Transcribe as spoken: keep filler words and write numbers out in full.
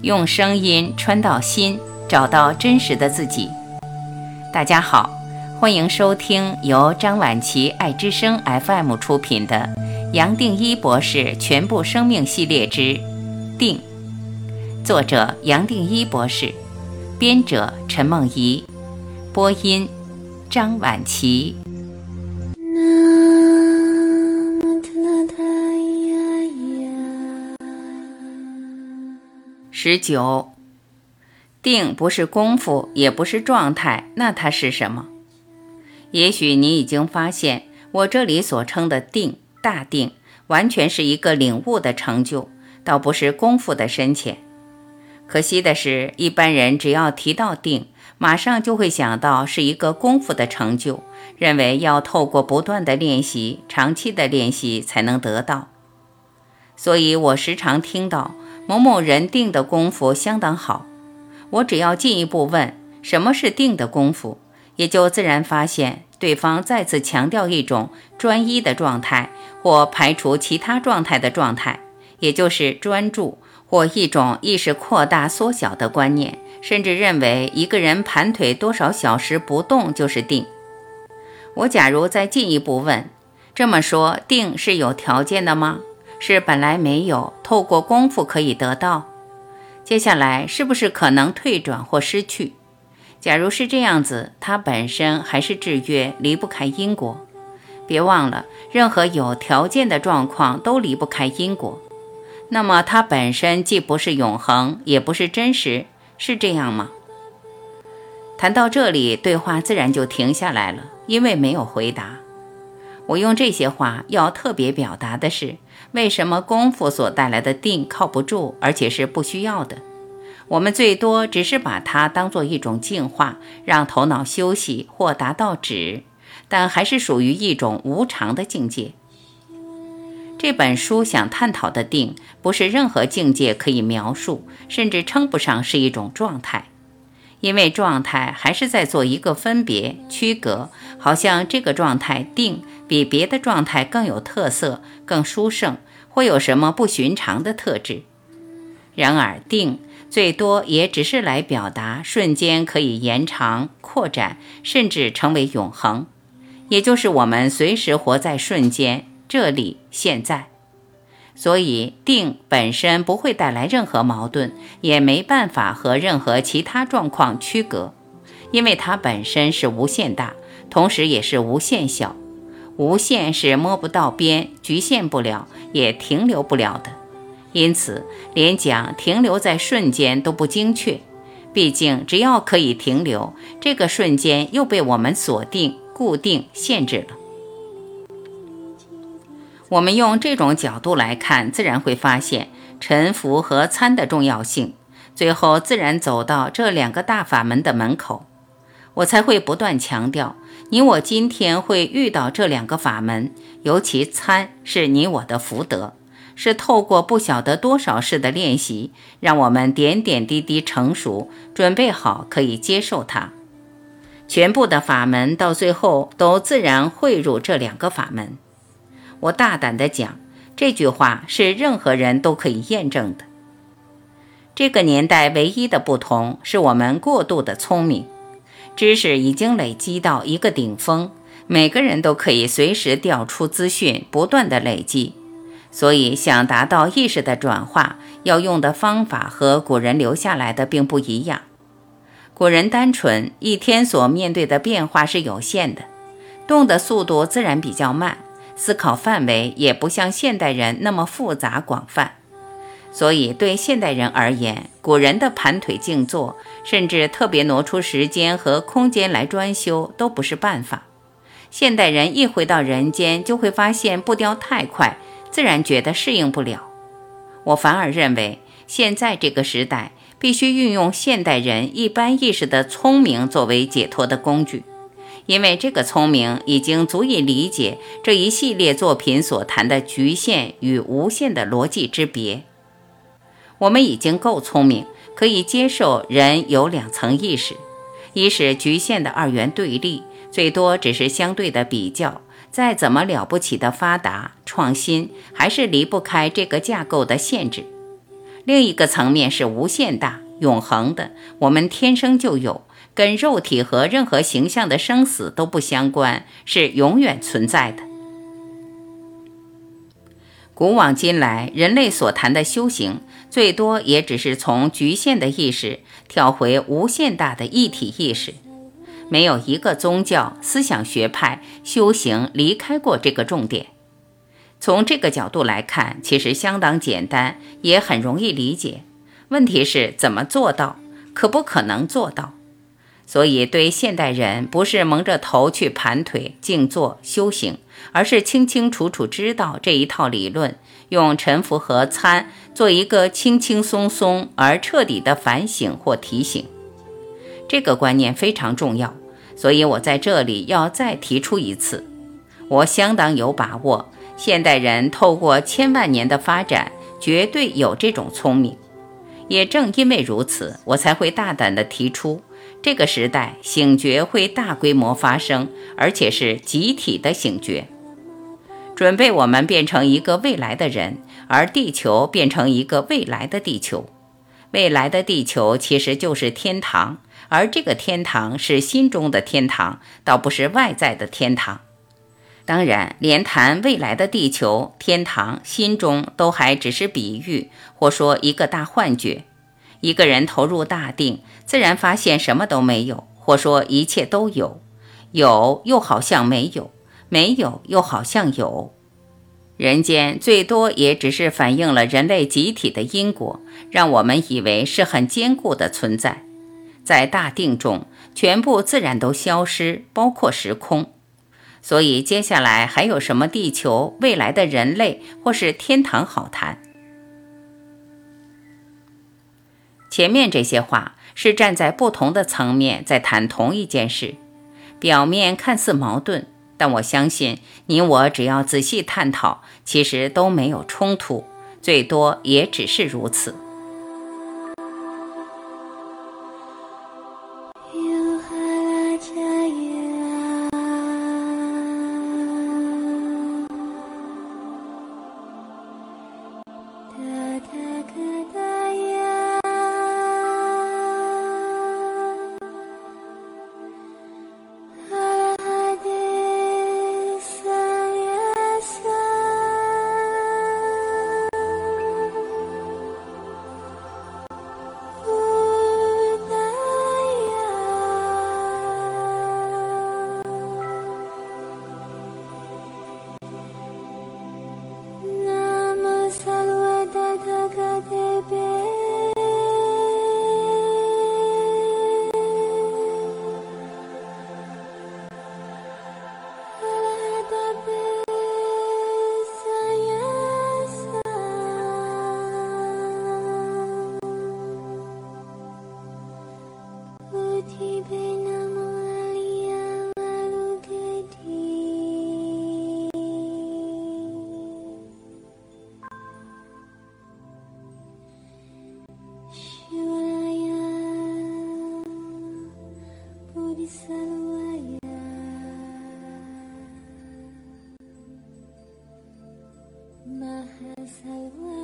用声音穿到心，找到真实的自己。大家好，欢迎收听由张晚琪爱之声 F M 出品的杨定一博士全部生命系列之定，作者杨定一博士，编者陈梦怡，播音张晚琪。十九，定不是功夫，也不是状态，那它是什么？也许你已经发现，我这里所称的定，大定，完全是一个领悟的成就，倒不是功夫的深浅。可惜的是，一般人只要提到定，马上就会想到是一个功夫的成就，认为要透过不断的练习，长期的练习才能得到。所以我时常听到某某人定的功夫相当好，我只要进一步问什么是定的功夫，也就自然发现对方再次强调一种专一的状态，或排除其他状态的状态，也就是专注，或一种意识扩大缩小的观念，甚至认为一个人盘腿多少小时不动就是定。我假如再进一步问，这么说定是有条件的吗？是本来没有，透过功夫可以得到？接下来是不是可能退转或失去？假如是这样子，它本身还是制约，离不开因果。别忘了，任何有条件的状况都离不开因果。那么它本身既不是永恒，也不是真实，是这样吗？谈到这里，对话自然就停下来了，因为没有回答。我用这些话要特别表达的是，为什么功夫所带来的定靠不住，而且是不需要的。我们最多只是把它当作一种净化，让头脑休息或达到止，但还是属于一种无常的境界。这本书想探讨的定，不是任何境界可以描述，甚至称不上是一种状态。因为状态还是在做一个分别区隔，好像这个状态定比别的状态更有特色，更殊胜，或有什么不寻常的特质。然而定最多也只是来表达瞬间可以延长、扩展，甚至成为永恒，也就是我们随时活在瞬间，这里现在。所以定本身不会带来任何矛盾，也没办法和任何其他状况区隔，因为它本身是无限大，同时也是无限小。无限是摸不到边，局限不了，也停留不了的。因此连讲停留在瞬间都不精确，毕竟只要可以停留，这个瞬间又被我们锁定、固定、限制了。我们用这种角度来看，自然会发现沉浮和参的重要性，最后自然走到这两个大法门的门口。我才会不断强调，你我今天会遇到这两个法门，尤其参是你我的福德，是透过不晓得多少世的练习，让我们点点滴滴成熟，准备好可以接受它。全部的法门到最后都自然汇入这两个法门。我大胆地讲，这句话是任何人都可以验证的。这个年代唯一的不同是我们过度的聪明，知识已经累积到一个顶峰，每个人都可以随时调出资讯，不断的累积。所以想达到意识的转化，要用的方法和古人留下来的并不一样。古人单纯，一天所面对的变化是有限的，动的速度自然比较慢，思考范围也不像现代人那么复杂广泛。所以对现代人而言，古人的盘腿静坐，甚至特别挪出时间和空间来专修，都不是办法。现代人一回到人间，就会发现步调太快，自然觉得适应不了。我反而认为，现在这个时代必须运用现代人一般意识的聪明作为解脱的工具，因为这个聪明已经足以理解这一系列作品所谈的局限与无限的逻辑之别。我们已经够聪明，可以接受人有两层意识，一是局限的二元对立，最多只是相对的比较，再怎么了不起的发达创新，还是离不开这个架构的限制。 另一个层面是无限大、永恒的，我们天生就有，跟肉体和任何形象的生死都不相关，是永远存在的。古往今来，人类所谈的修行，最多也只是从局限的意识跳回无限大的一体意识。没有一个宗教、思想学派修行离开过这个重点。从这个角度来看，其实相当简单，也很容易理解。问题是怎么做到，可不可能做到？所以对现代人，不是蒙着头去盘腿、静坐、修行，而是清清楚楚知道这一套理论，用沉浮和参做一个轻轻松松而彻底的反省或提醒。这个观念非常重要，所以我在这里要再提出一次。我相当有把握，现代人透过千万年的发展，绝对有这种聪明。也正因为如此，我才会大胆地提出，这个时代醒觉会大规模发生，而且是集体的醒觉，准备我们变成一个未来的人，而地球变成一个未来的地球。未来的地球其实就是天堂，而这个天堂是心中的天堂，倒不是外在的天堂。当然，连谈未来的地球、天堂、心中都还只是比喻，或说一个大幻觉。一个人投入大定，自然发现什么都没有，或说一切都有，有又好像没有，没有又好像有。人间最多也只是反映了人类集体的因果，让我们以为是很坚固的存在。在大定中，全部自然都消失，包括时空。所以接下来还有什么地球、未来的人类或是天堂好谈？前面这些话是站在不同的层面在谈同一件事，表面看似矛盾，但我相信你我只要仔细探讨，其实都没有冲突，最多也只是如此。 Maha Salwa